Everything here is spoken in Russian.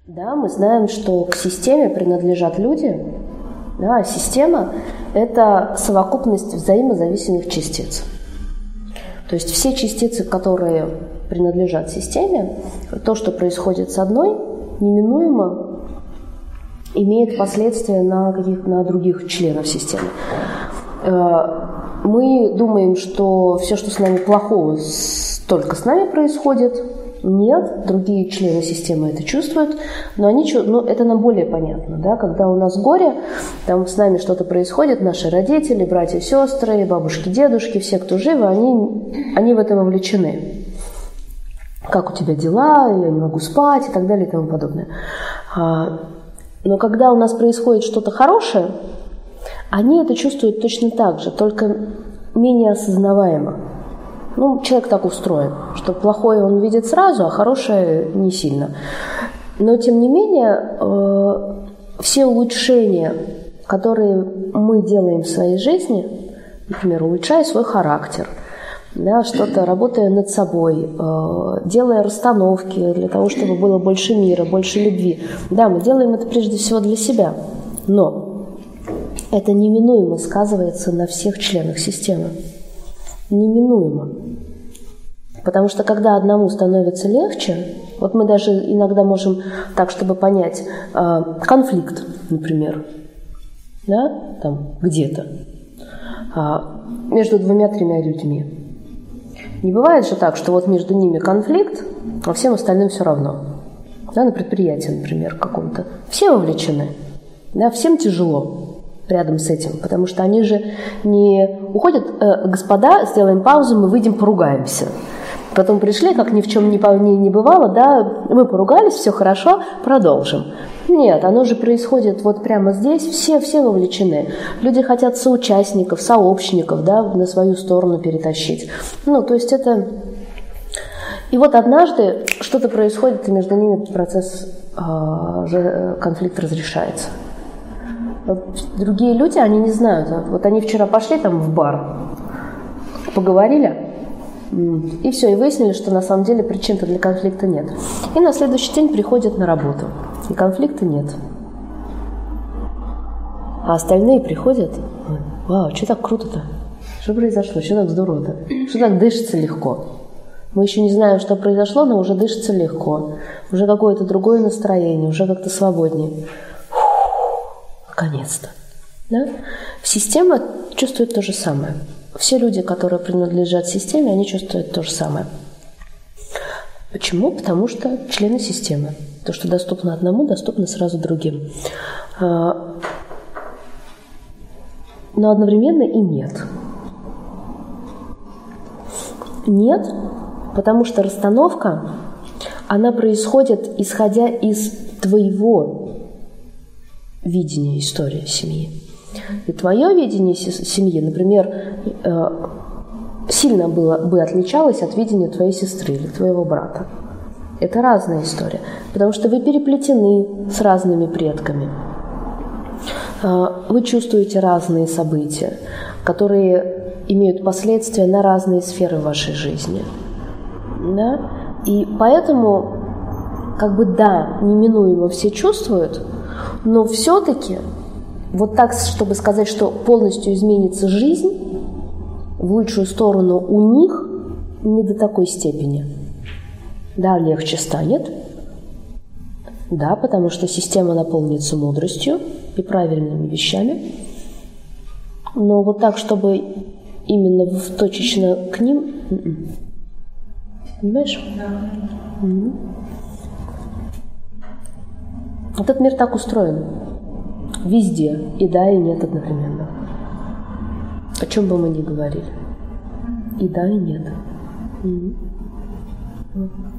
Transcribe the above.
Да, мы знаем, что к системе принадлежат люди, да, а система – это совокупность взаимозависимых частиц. То есть все частицы, которые принадлежат системе, то, что происходит с одной, неминуемо имеет последствия на других членов системы. Мы думаем, что все, что с нами плохого, только с нами происходит. Нет, другие члены системы это чувствуют, но это нам более понятно. Да? Когда у нас горе, там с нами что-то происходит, наши родители, братья, сестры, бабушки, дедушки, все, кто живы, они в это вовлечены. Как у тебя дела, я не могу спать и так далее и тому подобное. Но когда у нас происходит что-то хорошее, они это чувствуют точно так же, только менее осознаваемо. Человек так устроен, что плохое он видит сразу, а хорошее не сильно. Но, тем не менее, все улучшения, которые мы делаем в своей жизни, например, улучшая свой характер, да, что-то работая над собой, делая расстановки для того, чтобы было больше мира, больше любви. Да, мы делаем это прежде всего для себя, но это неминуемо сказывается на всех членах системы. Неминуемо. Потому что когда одному становится легче, вот мы даже иногда можем так, чтобы понять, конфликт, например, да, там где-то, между 2-3 людьми. Не бывает же так, что вот между ними конфликт, а всем остальным все равно. Да, на предприятии, например, каком-то. Все вовлечены, да, всем тяжело рядом с этим, потому что они же не уходят, господа, сделаем паузу, мы выйдем, поругаемся. Потом пришли, как ни в чем не бывало, да, мы поругались, все хорошо, продолжим. Нет, оно же происходит вот прямо здесь, все вовлечены. Люди хотят соучастников, сообщников, да, на свою сторону перетащить. То есть это... И вот однажды что-то происходит, и между ними процесс, конфликт разрешается. Другие люди, они не знают. Вот они вчера пошли там в бар, поговорили, и все, и выяснили, что на самом деле причин-то для конфликта нет. И на следующий день приходят на работу, и конфликта нет. А остальные приходят, вау, что так круто-то? Что произошло? Что так здорово-то? Что так дышится легко? Мы еще не знаем, что произошло, но уже дышится легко. Уже какое-то другое настроение, уже как-то свободнее. Наконец-то. Да? Система чувствует то же самое. Все люди, которые принадлежат системе, они чувствуют то же самое. Почему? Потому что члены системы. То, что доступно одному, доступно сразу другим. Но одновременно и нет. Нет, потому что расстановка, она происходит, исходя из твоего видение истории семьи. И твое видение семьи, например, сильно бы отличалось от видения твоей сестры или твоего брата. Это разная история, потому что вы переплетены с разными предками. Вы чувствуете разные события, которые имеют последствия на разные сферы вашей жизни. Да? И поэтому, неминуемо все чувствуют, но все-таки, вот так, чтобы сказать, что полностью изменится жизнь в лучшую сторону у них, не до такой степени. Да, легче станет. Да, потому что система наполнится мудростью и правильными вещами. Но вот так, чтобы именно точечно к ним... Понимаешь? Да. Этот мир так устроен. Везде. И да, и нет одновременно. О чем бы мы ни говорили. И да, и нет.